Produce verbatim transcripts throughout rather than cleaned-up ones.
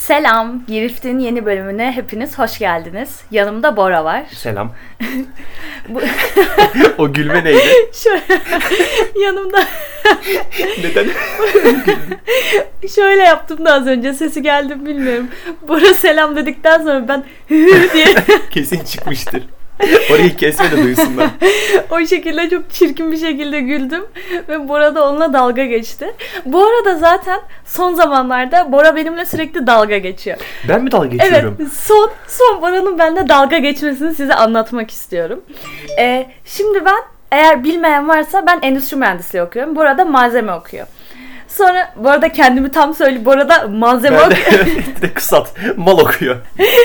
Selam, Girift'in yeni bölümüne hepiniz hoş geldiniz. Yanımda Bora var. Selam. Bu... O gülme neydi? Şöyle, yanımda... Neden? Şöyle yaptım da az önce, sesi geldi mi bilmiyorum. Bora selam dedikten sonra ben hı diye... Kesin çıkmıştır. Orayı kesme de duysunlar. O şekilde çok çirkin bir şekilde güldüm ve Bora da onunla dalga geçti. Bu arada zaten son zamanlarda Bora benimle sürekli dalga geçiyor. Ben mi dalga geçiyorum? Evet, son son Bora'nın benimle dalga geçmesini size anlatmak istiyorum. Ee, şimdi ben, eğer bilmeyen varsa, ben endüstri mühendisliği okuyorum. Bora da malzeme okuyor. Sonra bu arada kendimi tam söyle, Bora da malzeme ben okuyor. de kısalt, mal okuyor.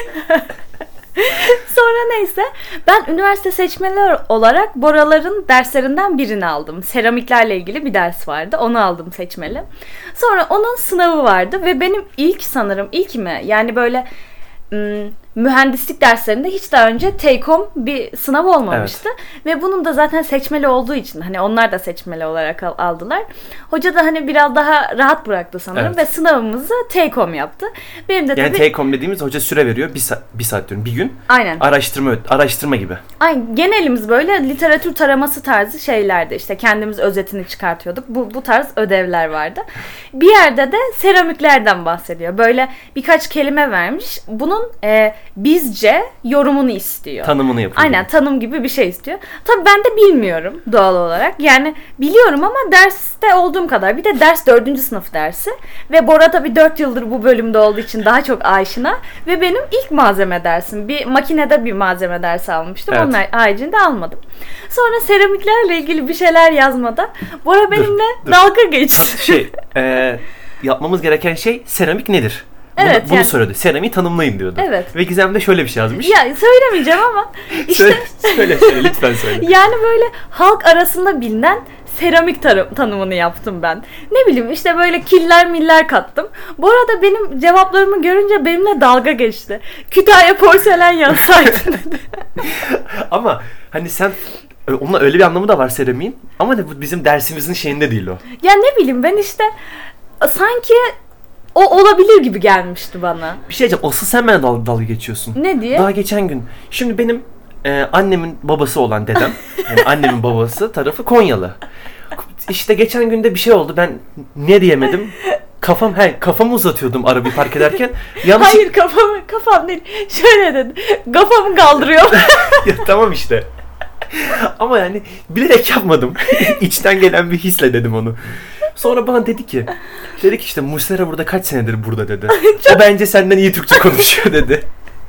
Sonra neyse, ben üniversite seçmeli olarak Boraların derslerinden birini aldım. Seramiklerle ilgili bir ders vardı. Onu aldım seçmeli. Sonra onun sınavı vardı ve benim ilk sanırım ilk mi? Yani böyle ım, mühendislik derslerinde hiç daha önce take-home bir sınav olmamıştı. Evet. Ve bunun da zaten seçmeli olduğu için, hani onlar da seçmeli olarak aldılar. Hoca da hani biraz daha rahat bıraktı sanırım, evet. Ve sınavımızı take-home yaptı. Benim de yani tabii... take-home dediğimiz hoca süre veriyor. Bir, sa- bir saat diyorum. Bir gün. Aynen. Araştırma araştırma gibi. Aynen. Genelimiz böyle literatür taraması tarzı şeylerdi. İşte kendimiz özetini çıkartıyorduk. Bu, bu tarz ödevler vardı. Bir yerde de seramiklerden bahsediyor. Böyle birkaç kelime vermiş. Bunun e, bizce yorumunu istiyor. Tanımını yapıyor. Aynen, tanım gibi bir şey istiyor. Tabii ben de bilmiyorum doğal olarak. Yani biliyorum ama derste olduğum kadar. Bir de ders dördüncü sınıf dersi. Ve Bora tabii dört yıldır bu bölümde olduğu için daha çok aşina. Ve benim ilk malzeme dersim. Bir makinede bir malzeme dersi almıştım. Evet. Onun haricinde almadım. Sonra seramiklerle ilgili bir şeyler yazmada Bora benimle dur, dur. dalga geçti. Şey, e, yapmamız gereken şey seramik nedir? Bunu, evet, bunu yani, soruyordu. Seramiği tanımlayın diyordu. Evet. Ve Gizem de şöyle bir şey yazmış. Ya söylemeyeceğim ama işte söyle, söyle söyle lütfen söyle. Yani böyle halk arasında bilinen seramik tar- tanımını yaptım ben. Ne bileyim işte böyle killer miller kattım. Bu arada benim cevaplarımı görünce benimle dalga geçti. Kütahya porselen yazsaydı dedi. Ama hani sen, onunla öyle bir anlamı da var seramiğin. Ama bu bizim dersimizin şeyinde değil o. Ya ne bileyim ben işte sanki o olabilir gibi gelmişti bana. Bir şey diyeceğim. Asıl sen bana dal- dalga geçiyorsun. Ne diye? Daha geçen gün. Şimdi benim e, annemin babası olan dedem. Yani annemin babası tarafı Konyalı. İşte geçen günde bir şey oldu. Ben ne diyemedim. Kafam, he, kafamı uzatıyordum arabayı park ederken. Yanlış... Hayır kafamı, kafam değil. Şöyle dedi. Kafamı kaldırıyor. Ya tamam işte. Ama yani bilerek yapmadım. İçten gelen bir hisle dedim onu. Sonra bana dedi ki, dedi ki işte Muslera burada kaç senedir burada dedi. Çok... O bence senden iyi Türkçe konuşuyor dedi.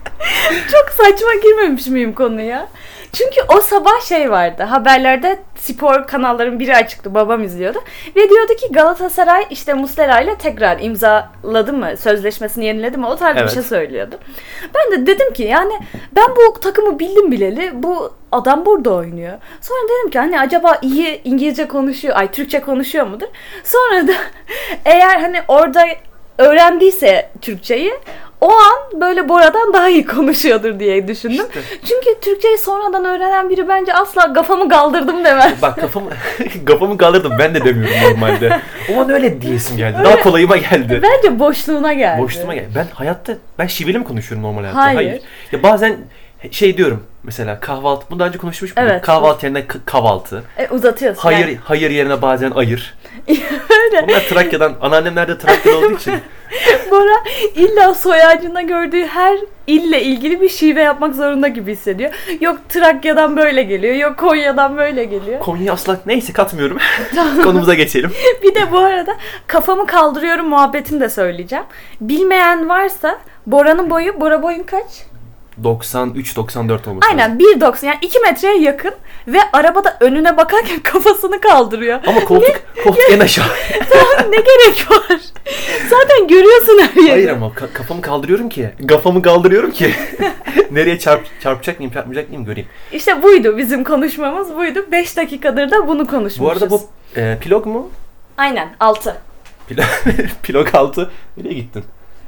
Çok saçma girmemiş miyim konuya? Çünkü o sabah şey vardı, haberlerde spor kanalların biri açıktı, babam izliyordu. Ve diyordu ki Galatasaray işte Muslera ile tekrar imzaladı mı, sözleşmesini yeniledi mi, o tarz evet. bir şey söylüyordu. Ben de dedim ki yani ben bu takımı bildim bileli, bu adam burada oynuyor. Sonra dedim ki hani acaba iyi İngilizce konuşuyor, ay Türkçe konuşuyor mudur? Sonra da eğer hani orada öğrendiyse Türkçeyi, o an böyle Bora'dan daha iyi konuşuyordur diye düşündüm. İşte. Çünkü Türkçeyi sonradan öğrenen biri bence asla kafamı kaldırdım demez. Bak kafamı kafamı kaldırdım ben de demiyorum normalde. O an öyle diyesim geldi. Öyle, daha kolayıma geldi. Bence boşluğuna geldi. Boşluğuma geldi. Ben hayatta ben şiveli mi konuşuyorum normal hayatta? Hayır. Hayır. Ya bazen şey diyorum mesela kahvaltı. Bunu daha önce konuşmuş muyduk? Evet. Kahvaltı yerine k- kahvaltı. E, uzatıyorsun. Hayır yani. Hayır yerine bazen ayır. Öyle. Bunlar Trakya'dan, anneannemler de Trakya'da olduğu için. Bora illa soy ağacında gördüğü her ille ilgili bir şive yapmak zorunda gibi hissediyor. Yok Trakya'dan böyle geliyor, yok Konya'dan böyle geliyor. Konya asla neyse katmıyorum. Konumuza geçelim. Bir de bu arada kafamı kaldırıyorum muhabbetini de söyleyeceğim. Bilmeyen varsa Bora'nın boyu, Bora boyun kaç? doksan üç doksan dört olması Aynen lazım. bir doksan yani iki metreye yakın ve arabada önüne bakarken kafasını kaldırıyor. Ama koltuk koltuk en aşağı. Tamam, ne gerek var? Zaten görüyorsun her yeri. Hayır ama ka- kafamı kaldırıyorum ki. Kafamı kaldırıyorum ki. Nereye çarp çarpacak mıyım, çarpmayacak mıyım göreyim. İşte buydu bizim konuşmamız buydu. beş dakikadır da bunu konuşmuşuz. Bu arada bu e, pilog mu? Aynen altı. Pilog, pilog altı. Nereye gittin?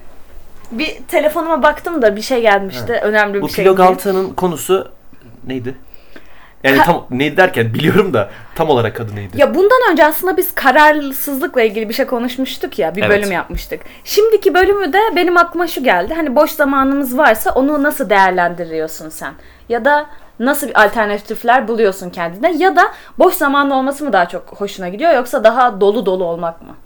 Bir telefonuma baktım da bir şey gelmişti. Ha. Önemli bir bu şey. Bu pilog altının konusu neydi? Yani Ka- tam neydi derken biliyorum da tam olarak adı neydi? Ya bundan önce aslında biz kararsızlıkla ilgili bir şey konuşmuştuk ya. Bir Evet. bölüm yapmıştık. Şimdiki bölümü de benim aklıma şu geldi. Hani boş zamanımız varsa onu nasıl değerlendiriyorsun sen? Ya da nasıl bir alternatifler buluyorsun kendine? Ya da boş zamanın olması mı daha çok hoşuna gidiyor yoksa daha dolu dolu olmak mı?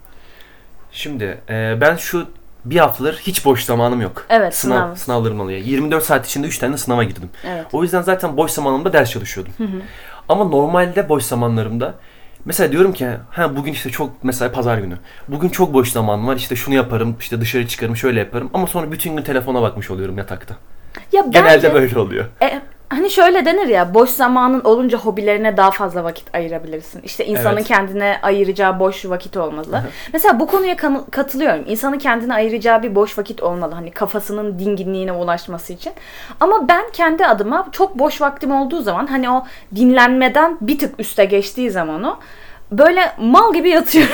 Şimdi e, ben şu bir haftadır hiç boş zamanım yok. Evet, Sınav, sınav. sınavlarım oluyor. yirmi dört saat içinde üç tane sınava girdim. Evet. O yüzden zaten boş zamanımda ders çalışıyordum. Ama normalde boş zamanlarımda mesela diyorum ki ha bugün işte çok mesela pazar günü. Bugün çok boş zamanım var. İşte şunu yaparım, işte dışarı çıkarım, şöyle yaparım ama sonra bütün gün telefona bakmış oluyorum yatakta. Ya Genelde bence, böyle oluyor. E, hani şöyle denir ya, boş zamanın olunca hobilerine daha fazla vakit ayırabilirsin. İşte insanın Evet. kendine ayıracağı boş vakit olmalı. Mesela bu konuya kan- katılıyorum. İnsanın kendine ayıracağı bir boş vakit olmalı. Hani kafasının dinginliğine ulaşması için. Ama ben kendi adıma çok boş vaktim olduğu zaman hani o dinlenmeden bir tık üste geçtiği zaman o böyle mal gibi yatıyorum.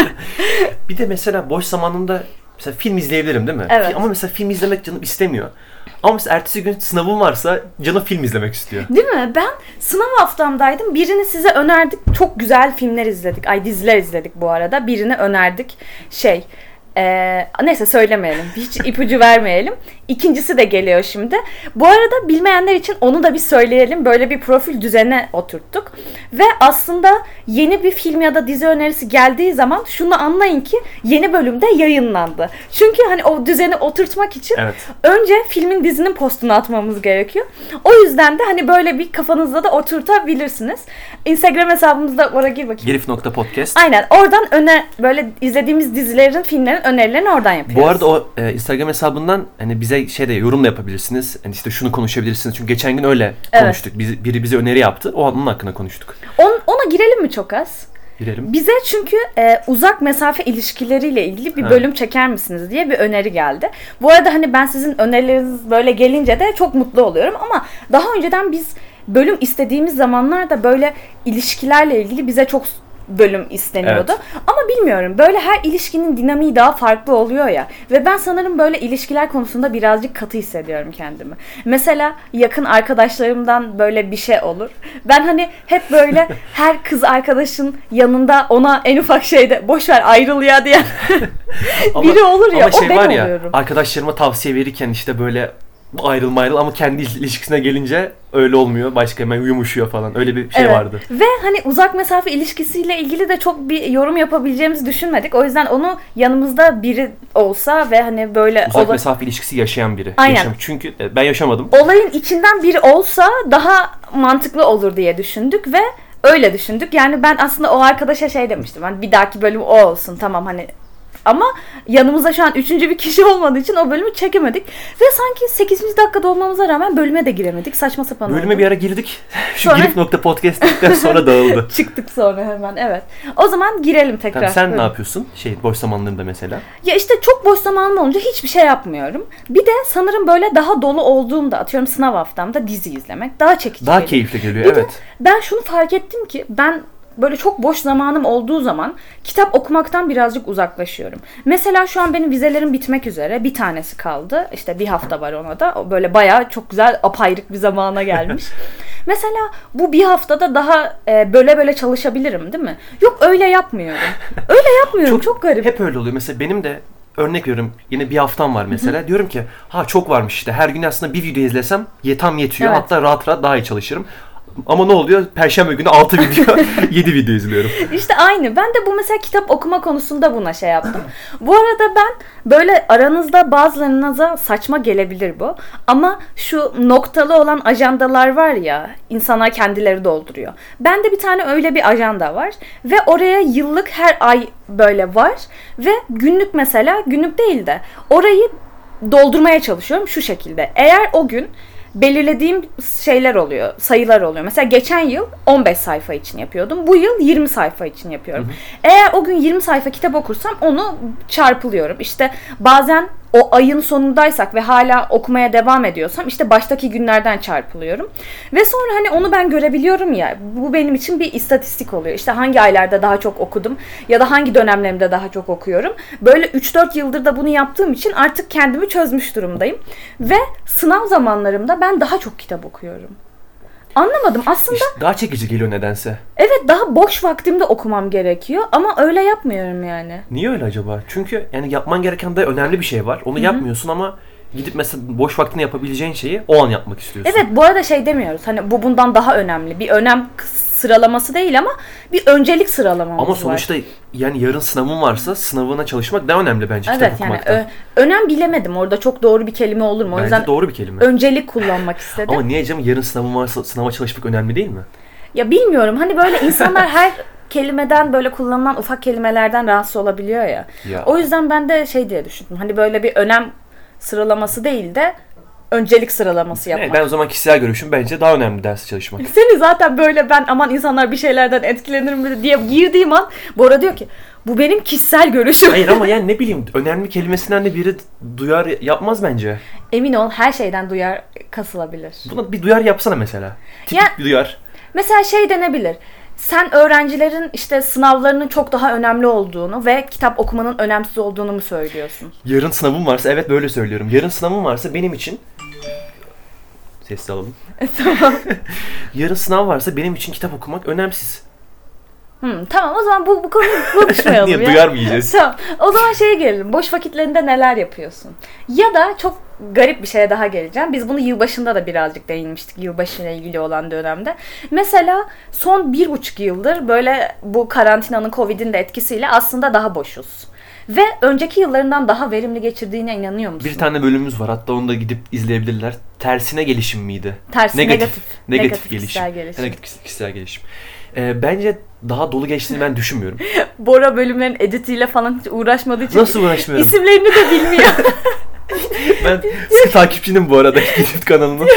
Bir de mesela boş zamanımda mesela film izleyebilirim değil mi? Evet. Ama mesela film izlemek canım istemiyor. Ama mesela ertesi gün sınavım varsa canım film izlemek istiyor. Değil mi? Ben sınav haftamdaydım. Birini size önerdik. Çok güzel filmler izledik. Ay diziler izledik bu arada. Birini önerdik. Şey... Ee, neyse söylemeyelim. Hiç ipucu vermeyelim. İkincisi de geliyor şimdi. Bu arada bilmeyenler için onu da bir söyleyelim. Böyle bir profil düzenine oturttuk. Ve aslında yeni bir film ya da dizi önerisi geldiği zaman şunu anlayın ki yeni bölümde yayınlandı. Çünkü hani o düzeni oturtmak için Evet. önce filmin dizinin postunu atmamız gerekiyor. O yüzden de hani böyle bir kafanızda da oturtabilirsiniz. Instagram hesabımızda oraya gir bakayım. Gerif nokta podcast. Aynen. Oradan öne böyle izlediğimiz dizilerin, filmlerin önerilerini oradan yapıyoruz. Bu arada o e, Instagram hesabından hani bize şey de yorum da yapabilirsiniz. Hani işte şunu konuşabilirsiniz. Çünkü geçen gün öyle Evet. konuştuk. Biz, biri bize öneri yaptı. O onun hakkında konuştuk. On, ona girelim mi çok az? Girelim. Bize çünkü e, uzak mesafe ilişkileriyle ilgili bir Ha. bölüm çeker misiniz diye bir öneri geldi. Bu arada hani ben sizin önerileriniz böyle gelince de çok mutlu oluyorum ama daha önceden biz bölüm istediğimiz zamanlarda böyle ilişkilerle ilgili bize çok bölüm isteniyordu. Evet. Ama bilmiyorum, böyle her ilişkinin dinamiği daha farklı oluyor ya. Ve ben sanırım böyle ilişkiler konusunda birazcık katı hissediyorum kendimi. Mesela yakın arkadaşlarımdan böyle bir şey olur. Ben hani hep böyle her kız arkadaşın yanında ona en ufak şeyde boş ver ayrıl ya diyen biri olur ya. Ama şey o ben var ya, oluyorum. arkadaşlarıma tavsiye verirken işte böyle ayrılma ayrıl ama kendi ilişkisine gelince öyle olmuyor. Başka hemen yumuşuyor falan. Öyle bir şey Evet. vardı. Ve hani uzak mesafe ilişkisiyle ilgili de çok bir yorum yapabileceğimizi düşünmedik. O yüzden onu yanımızda biri olsa ve hani böyle Uzak ola- mesafe ilişkisi yaşayan biri. Aynen. Yaşam- Çünkü e, ben yaşamadım. olayın içinden biri olsa daha mantıklı olur diye düşündük ve öyle düşündük. Yani ben aslında o arkadaşa şey demiştim. Hani bir dahaki bölüm o olsun, tamam hani. Ama yanımızda şu an üçüncü bir kişi olmadığı için o bölümü çekemedik. Ve sanki sekizinci dakikada olmamıza rağmen bölüme de giremedik. Saçma sapan oldu. Bölüme bir ara girdik. Şu Sonra- girif nokta podcast dedikten sonra dağıldı. Çıktık sonra hemen, evet. O zaman girelim tekrar. Tamam, sen Bölüm. ne yapıyorsun? Şey boş zamanlarında mesela. Ya işte çok boş zamanım olunca hiçbir şey yapmıyorum. Bir de sanırım böyle daha dolu olduğumda, atıyorum sınav haftamda dizi izlemek daha çekici Daha geliyor. keyifli geliyor, Bir de evet. ben şunu fark ettim ki ben böyle çok boş zamanım olduğu zaman kitap okumaktan birazcık uzaklaşıyorum. Mesela şu an benim vizelerim bitmek üzere. Bir tanesi kaldı. İşte bir hafta var ona da. O böyle bayağı çok güzel apayrık bir zamana gelmiş. Mesela bu bir haftada daha e, böyle böyle çalışabilirim değil mi? Yok, öyle yapmıyorum. Öyle yapmıyorum. Çok, garip. Hep öyle oluyor. Mesela benim de örnek veriyorum, yine bir haftam var mesela. Diyorum ki ha çok varmış işte, her gün aslında bir video izlesem ye, tam yetiyor. Evet. Hatta rahat rahat daha iyi çalışırım. Ama ne oluyor? Perşembe günü altı video, yedi video izliyorum. İşte aynı. Ben de bu mesela kitap okuma konusunda buna şey yaptım. Bu arada ben böyle aranızda bazılarınıza saçma gelebilir bu. Ama şu noktalı olan ajandalar var ya, insanlar kendileri dolduruyor. Bende bir tane öyle bir ajanda var. Ve oraya yıllık her ay böyle var. Ve günlük mesela, günlük değil de orayı doldurmaya çalışıyorum şu şekilde. Eğer o gün belirlediğim şeyler oluyor, sayılar oluyor. Mesela geçen yıl on beş sayfa için yapıyordum. Bu yıl yirmi sayfa için yapıyorum. Hı hı. Eğer o gün yirmi sayfa kitap okursam onu çarpılıyorum. İşte bazen o ayın sonundaysak ve hala okumaya devam ediyorsam işte baştaki günlerden çarpılıyorum. Ve sonra hani onu ben görebiliyorum ya, bu benim için bir istatistik oluyor. İşte hangi aylarda daha çok okudum ya da hangi dönemlerimde daha çok okuyorum. Böyle üç dört yıldır da bunu yaptığım için artık kendimi çözmüş durumdayım. Ve sınav zamanlarımda ben daha çok kitap okuyorum. Anlamadım. Aslında İşte daha çekici geliyor nedense. evet, daha boş vaktimde okumam gerekiyor ama öyle yapmıyorum yani. Niye öyle acaba? Çünkü yani yapman gereken de önemli bir şey var. Onu Hı-hı. yapmıyorsun ama gidip mesela boş vaktinde yapabileceğin şeyi o an yapmak istiyorsun. Evet, bu arada şey demiyoruz. Hani bu bundan daha önemli. Bir önem sıralaması değil ama bir öncelik sıralamamız var. Ama sonuçta var. Yani yarın sınavın varsa sınavına çalışmak daha önemli bence evet, kitap yani okumaktan. Ö- önem bilemedim. Orada çok doğru bir kelime olur mu? O bence yüzden doğru bir kelime. Öncelik kullanmak istedim. Ama niye canım, yarın sınavın varsa sınava çalışmak önemli değil mi? Ya bilmiyorum. Hani böyle insanlar her kelimeden, böyle kullanılan ufak kelimelerden rahatsız olabiliyor ya. ya. O yüzden ben de şey diye düşündüm. Hani böyle bir önem sıralaması değil de öncelik sıralaması yapmak. Evet, ben o zaman kişisel görüşüm bence daha önemli ders çalışmak. Seni zaten böyle ben aman insanlar bir şeylerden etkilenir mi diye girdiğim an Bora diyor ki bu benim kişisel görüşüm. Hayır ama yani ne bileyim, önemli kelimesinden de biri duyar yapmaz bence. Emin ol, her şeyden duyar kasılabilir. Buna bir duyar yapsana mesela. Tipik ya, bir duyar. Mesela şey denebilir. Sen öğrencilerin işte sınavlarının çok daha önemli olduğunu ve kitap okumanın önemsiz olduğunu mu söylüyorsun? Yarın sınavım varsa, evet böyle söylüyorum. Yarın sınavım varsa benim için... Sesli alalım. Tamam. Yarın sınav varsa benim için kitap okumak önemsiz. Hmm, tamam, o zaman bu, bu konuyu konuşmayalım. Niye, ya. duyar mı yiyeceğiz? Tamam, o zaman şeye gelelim. Boş vakitlerinde neler yapıyorsun? Ya da çok garip bir şeye daha geleceğim. Biz bunu yılbaşında da birazcık değinmiştik. Yılbaşıyla ilgili olan dönemde. Mesela son bir buçuk yıldır böyle bu karantinanın, Covid'in de etkisiyle aslında daha boşuz. Ve önceki yıllarından daha verimli geçirdiğine inanıyor musun? Bir tane bölümümüz var. Hatta onu da gidip izleyebilirler. Tersine gelişim miydi? Tersi, negatif. Negatif, negatif, negatif gelişim. Kişisel gelişim. Negatif kişisel gelişim. Ee, bence daha dolu geçtiğini ben düşünmüyorum. Bora bölümlerin editiyle falan hiç uğraşmadığı için Nasıl uğraşmıyorum? İsimlerini de bilmiyor. Ben sıkı takipçinim bu arada YouTube kanalının.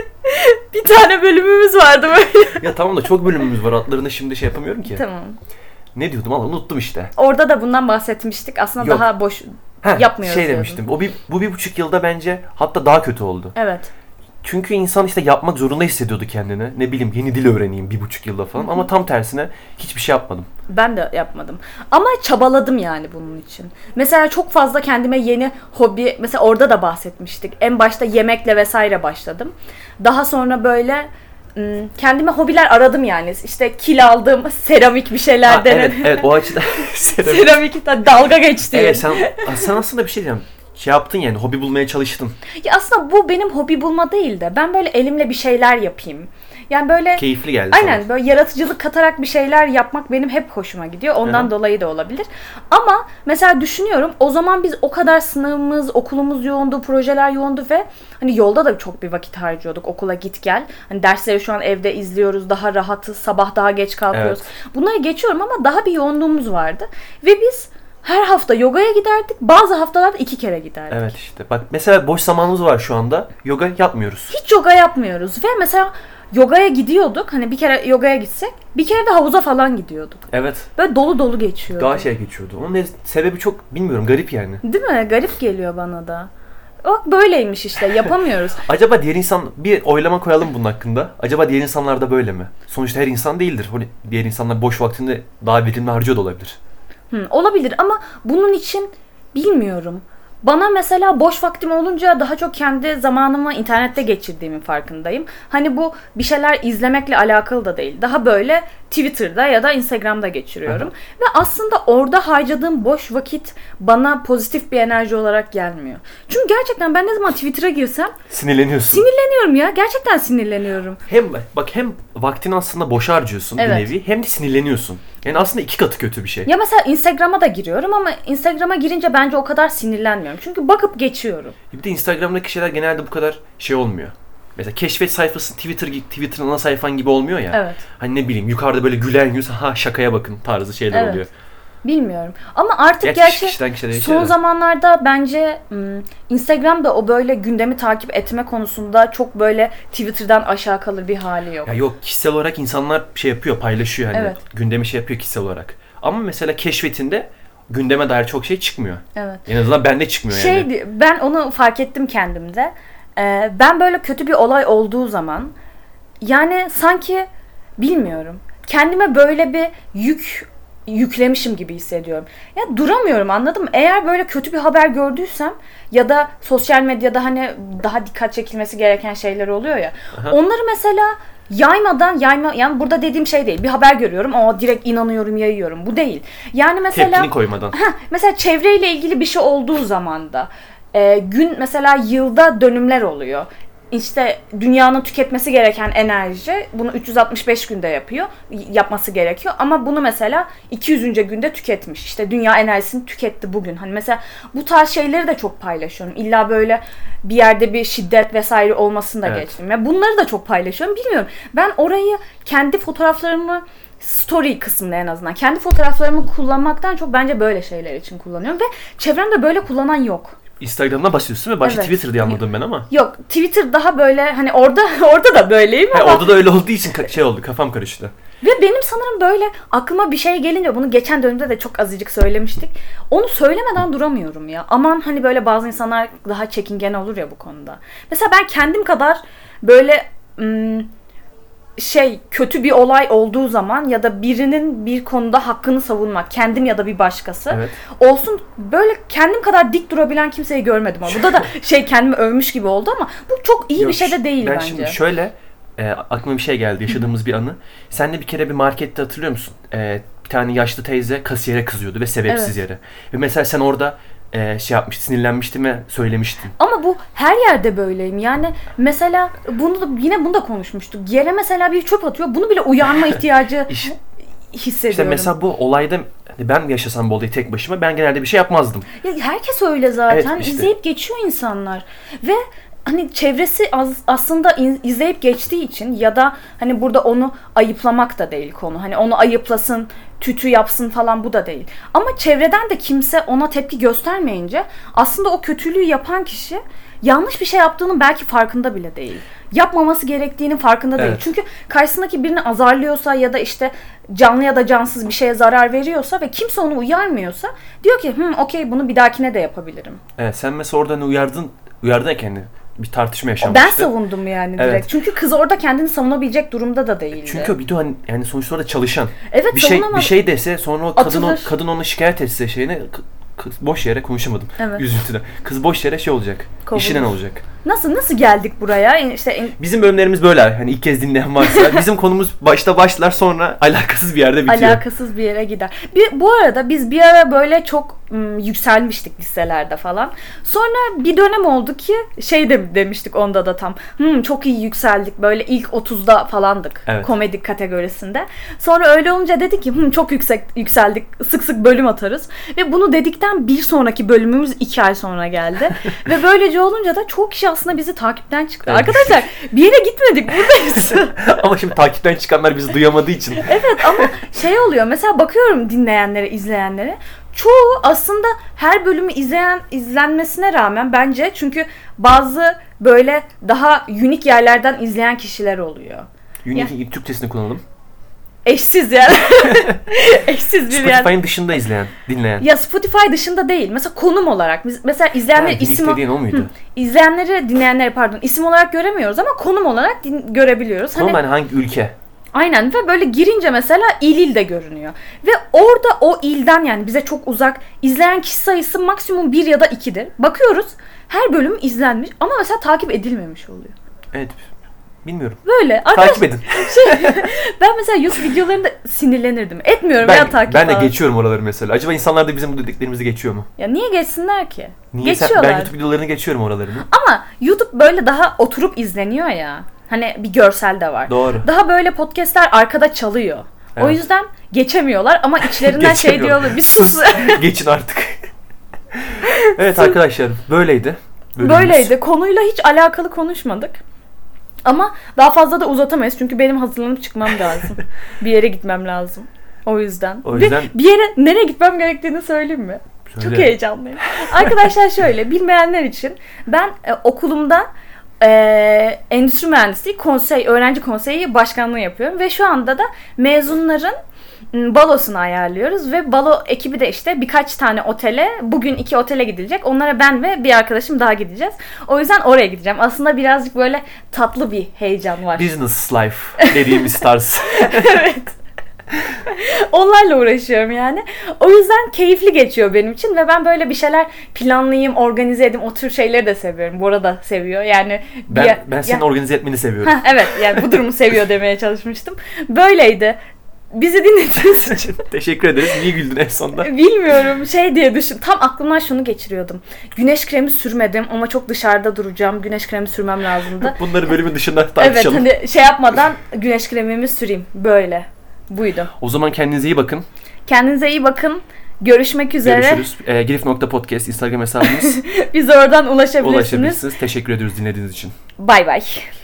Bir tane bölümümüz vardı böyle. Ya tamam da çok bölümümüz var. Adlarını şimdi şey yapamıyorum ki. Tamam. Ne diyordum ama unuttum işte. Orada da bundan bahsetmiştik. Aslında Yok. daha boş Heh, yapmıyoruz. Şey demiştim. O bir, bu bir buçuk yılda bence hatta daha kötü oldu. Evet. Çünkü insan işte yapmak zorunda hissediyordu kendini. Ne bileyim, yeni dil öğreneyim bir buçuk yılda falan. Ama tam tersine hiçbir şey yapmadım. Ben de yapmadım. Ama çabaladım yani bunun için. Mesela çok fazla kendime yeni hobi, mesela orada da bahsetmiştik. En başta yemekle vesaire başladım. Daha sonra böyle kendime hobiler aradım yani. İşte kil aldım, seramik bir şeyler ha, denedim. Evet, evet o açıdan seramik. Seramik dalga geçti. Evet, sen, sen aslında bir şey diyeceğim. Şey yaptın yani, hobi bulmaya çalıştın. Ya aslında bu benim hobi bulma değil de ben böyle elimle bir şeyler yapayım. Yani böyle keyifli geldi aynen sana. Böyle yaratıcılık katarak bir şeyler yapmak benim hep hoşuma gidiyor. Ondan Hı-hı. dolayı da olabilir. Ama mesela düşünüyorum, o zaman biz o kadar sınavımız, okulumuz yoğundu, projeler yoğundu ve hani yolda da çok bir vakit harcıyorduk. Okula git gel. Hani dersleri şu an evde izliyoruz, daha rahatız, sabah daha geç kalkıyoruz. Evet. Bunları geçiyorum ama daha bir yoğunluğumuz vardı. Ve biz her hafta yogaya giderdik. Bazı haftalarda iki kere giderdik. Evet işte. Bak mesela boş zamanımız var şu anda. Yoga yapmıyoruz. Hiç yoga yapmıyoruz. Ve mesela yogaya gidiyorduk. Hani bir kere yogaya gitsek, bir kere de havuza falan gidiyorduk. Evet. Böyle dolu dolu geçiyordu. Daha şey geçiyordu. Onun ne, sebebi çok bilmiyorum. Garip yani. Değil mi? Garip geliyor bana da. Bak böyleymiş işte. Yapamıyoruz. Acaba diğer insan, bir oylama koyalım bunun hakkında. Acaba diğer insanlar da böyle mi? Sonuçta her insan değildir. Diğer insanlar boş vaktinde daha verimli harcıyor da olabilir. Hmm, olabilir ama bunun için bilmiyorum. Bana mesela boş vaktim olunca daha çok kendi zamanımı internette geçirdiğimin farkındayım. Hani bu bir şeyler izlemekle alakalı da değil. Daha böyle Twitter'da ya da Instagram'da geçiriyorum. Aha. Ve aslında orada harcadığım boş vakit bana pozitif bir enerji olarak gelmiyor. Çünkü gerçekten ben ne zaman Twitter'a girsem sinirleniyorsun. Sinirleniyorum ya. Gerçekten sinirleniyorum. Hem bak hem vaktini aslında boşa harcıyorsun evet. bir nevi, hem de sinirleniyorsun. Yani aslında iki katı kötü bir şey. Ya mesela Instagram'a da giriyorum ama Instagram'a girince bence o kadar sinirlenmiyorum. Çünkü bakıp geçiyorum. Bir de Instagram'daki şeyler genelde bu kadar şey olmuyor. Mesela keşfet sayfası Twitter Twitter'ın ana sayfan gibi olmuyor ya. Evet. Hani ne bileyim, yukarıda böyle gülen yüz, ha şakaya bakın tarzı şeyler evet. oluyor. Bilmiyorum. Ama artık gerçi, gerçi son zamanlarda bence Instagram'da o böyle gündemi takip etme konusunda çok böyle Twitter'dan aşağı kalır bir hali yok. Ya yok, kişisel olarak insanlar şey yapıyor, paylaşıyor hani. Evet. Gündemi şey yapıyor kişisel olarak. Ama mesela keşfetinde gündeme dair çok şey çıkmıyor. Evet. En azından bende çıkmıyor şey, yani. Şey, ben onu fark ettim kendimde. Ee, ben böyle kötü bir olay olduğu zaman yani sanki bilmiyorum, kendime böyle bir yük yüklemişim gibi hissediyorum. Ya duramıyorum, anladın mı? Eğer böyle kötü bir haber gördüysem ya da sosyal medyada hani daha dikkat çekilmesi gereken şeyler oluyor ya. Aha. Onları mesela yaymadan yayma, yani burada dediğim şey değil. Bir haber görüyorum, o direkt inanıyorum, yayıyorum. Bu değil. Yani mesela tepkini koymadan. Heh, mesela çevreyle ilgili bir şey olduğu zaman da e, gün mesela yılda dönümler oluyor. İşte dünyanın tüketmesi gereken enerji bunu üç yüz altmış beş günde yapıyor, yapması gerekiyor. Ama bunu mesela iki yüzüncü günde tüketmiş. İşte dünya enerjisini tüketti bugün. Hani mesela bu tarz şeyleri de çok paylaşıyorum. İlla böyle bir yerde bir şiddet vesaire olmasını da evet. geçtim. Ya bunları da çok paylaşıyorum. Bilmiyorum. Ben orayı kendi fotoğraflarımı story kısmında en azından kendi fotoğraflarımı kullanmaktan çok bence böyle şeyler için kullanıyorum ve çevremde böyle kullanan yok. Instagram'dan bahsediyorsun ve başta evet. Twitter diye anladım ben ama. Yok, Twitter daha böyle hani orada orada da böyleyim ama. Ha, orada da öyle olduğu için şey oldu, kafam karıştı. Ve benim sanırım böyle aklıma bir şey gelince, bunu geçen dönemde de çok azıcık söylemiştik. Onu söylemeden duramıyorum ya. Aman hani böyle bazı insanlar daha çekingen olur ya bu konuda. Mesela ben kendim kadar böyle ım, şey kötü bir olay olduğu zaman ya da birinin bir konuda hakkını savunmak, kendim ya da bir başkası evet. olsun, böyle kendim kadar dik durabilen kimseyi görmedim. Ama burada da şey kendimi övmüş gibi oldu ama bu çok iyi Yok, bir şey de değil ben bence. Ben şimdi şöyle e, aklıma bir şey geldi, yaşadığımız bir anı. Sen de bir kere bir markette hatırlıyor musun? E, bir tane yaşlı teyze kasiyere kızıyordu ve sebepsiz evet. yere. Ve mesela sen orada Ee, şey yapmıştı, sinirlenmiştim ve söylemiştim. Ama bu her yerde böyleyim. Yani mesela bunu da, yine bunu da konuşmuştuk. Yere mesela bir çöp atıyor. Bunu bile uyarma ihtiyacı işte, hissediyorum. İşte mesela bu olayda hani ben yaşasam bu olayı tek başıma ben genelde bir şey yapmazdım. Ya herkes öyle zaten. Evet, işte. İzleyip geçiyor insanlar. Ve hani çevresi az, aslında in, izleyip geçtiği için ya da hani burada onu ayıplamak da değil konu. Hani onu ayıplasın, tütü yapsın falan, bu da değil. Ama çevreden de kimse ona tepki göstermeyince aslında o kötülüğü yapan kişi yanlış bir şey yaptığının belki farkında bile değil. Yapmaması gerektiğinin farkında değil. Evet. Çünkü karşısındaki birini azarlıyorsa ya da işte canlı ya da cansız bir şeye zarar veriyorsa ve kimse onu uyarmıyorsa diyor ki hı okey, bunu bir dahakine de yapabilirim. Evet, sen mesela oradan uyardın, uyardın ya kendini. Bir tartışma yaşanmıştı. Ben savundum yani direkt. Evet. Çünkü kız orada kendini savunabilecek durumda da değildi. Çünkü bir de hani yani sonuçta orada çalışan. Evet, bir şey bir şey dese sonra o kadın o, kadın onu şikayet etse şeyini kız boş yere konuşamadım. Evet. Üzüntüden. Kız boş yere şey olacak. Kovulur. İşinden olacak. Nasıl nasıl geldik buraya? İşte bizim bölümlerimiz böyle. Hani ilk kez dinleyen varsa bizim konumuz başta başlar, sonra alakasız bir yerde bitiyor. Alakasız bir yere gider. Bir, bu arada biz bir ara böyle çok ım, yükselmiştik listelerde falan. Sonra bir dönem oldu ki şey de demiştik onda da tam. Hmm, çok iyi yükseldik. Böyle ilk otuzda falandık. Evet. Komedi kategorisinde. Sonra öyle olunca dedik ki hmm, çok yüksek yükseldik. Sık sık bölüm atarız. Ve bunu dedikten bir sonraki bölümümüz iki ay sonra geldi. Ve böylece olunca da çok kişi aslında bizi takipten çıktı. Evet. Arkadaşlar bir yere gitmedik, buradayız. Ama şimdi takipten çıkanlar bizi duyamadığı için. Evet ama şey oluyor, mesela bakıyorum dinleyenlere, izleyenlere. Çoğu aslında her bölümü izleyen izlenmesine rağmen bence, çünkü bazı böyle daha unik yerlerden izleyen kişiler oluyor. Unique yani, Türkçesini kullanalım. Eşsiz yani. Eşsiz bir yer. Spotify'ın dışında izleyen, dinleyen. Ya Spotify dışında değil. Mesela konum olarak. Mesela izleyenleri isim dediğin o muydu? Hı, izleyenleri, dinleyenleri pardon, isim olarak göremiyoruz ama konum olarak din- görebiliyoruz. Konum hani, hani hangi ülke? Aynen, ve böyle girince mesela il il de görünüyor. Ve orada o ilden, yani bize çok uzak izleyen kişi sayısı maksimum bir ya da ikidir. Bakıyoruz her bölüm izlenmiş ama mesela takip edilmemiş oluyor. Evet. Bilmiyorum. Böyle. Arkadaş, takip edin. Şey, ben mesela YouTube videolarında sinirlenirdim. Etmiyorum ben, ya takip Ben de falan. geçiyorum oraları mesela. Acaba insanlar da bizim bu dediklerimizi geçiyor mu? Ya niye geçsinler ki? Niye? Sen, ben YouTube videolarını geçiyorum oralarını. Ama YouTube böyle daha oturup izleniyor ya. Hani bir görsel de var. Doğru. Daha böyle podcastler arkada çalıyor. Evet. O yüzden geçemiyorlar ama içlerinden şey diyorlar. Bir sus. Geçin artık. Evet arkadaşlar, böyleydi. Bölümümüz. Böyleydi. Konuyla hiç alakalı konuşmadık. Ama daha fazla da uzatamayız. Çünkü benim hazırlanıp çıkmam lazım. Bir yere gitmem lazım. O yüzden. O yüzden... Ve bir yere nereye gitmem gerektiğini söyleyeyim mi? Söyle. Çok heyecanlıyım. Arkadaşlar şöyle, bilmeyenler için ben e, okulumda e, endüstri mühendisliği konsey, öğrenci konseyi başkanlığı yapıyorum. Ve şu anda da mezunların balosunu ayarlıyoruz ve balo ekibi de işte birkaç tane otele, bugün iki otele gidilecek. Onlara ben ve bir arkadaşım daha gideceğiz. O yüzden oraya gideceğim. Aslında birazcık böyle tatlı bir heyecan var. Business life dediğimiz tarz. Evet. Onlarla uğraşıyorum yani. O yüzden keyifli geçiyor benim için ve ben böyle bir şeyler planlayayım, organize edeyim. O tür şeyleri de seviyorum. Bora da seviyor. Yani Ben, bir, ben senin ya, organize etmeni seviyorum. heh, evet yani bu durumu seviyor demeye çalışmıştım. Böyleydi. Bizi dinlediğiniz için. Teşekkür ederiz. Niye güldün en sonunda? Bilmiyorum şey diye düşün. Tam aklımdan şunu geçiriyordum. Güneş kremi sürmedim ama çok dışarıda duracağım. Güneş kremi sürmem lazımdı. Bunları bölümün dışında Evet tartışalım. hani şey yapmadan güneş kremimi süreyim. Böyle. Buydu. O zaman kendinize iyi bakın. Kendinize iyi bakın. Görüşmek üzere. Görüşürüz. E, Girif nokta podcast Instagram hesabımız. Biz oradan ulaşabilirsiniz. Ulaşabilirsiniz. Teşekkür ediyoruz dinlediğiniz için. Bay bay.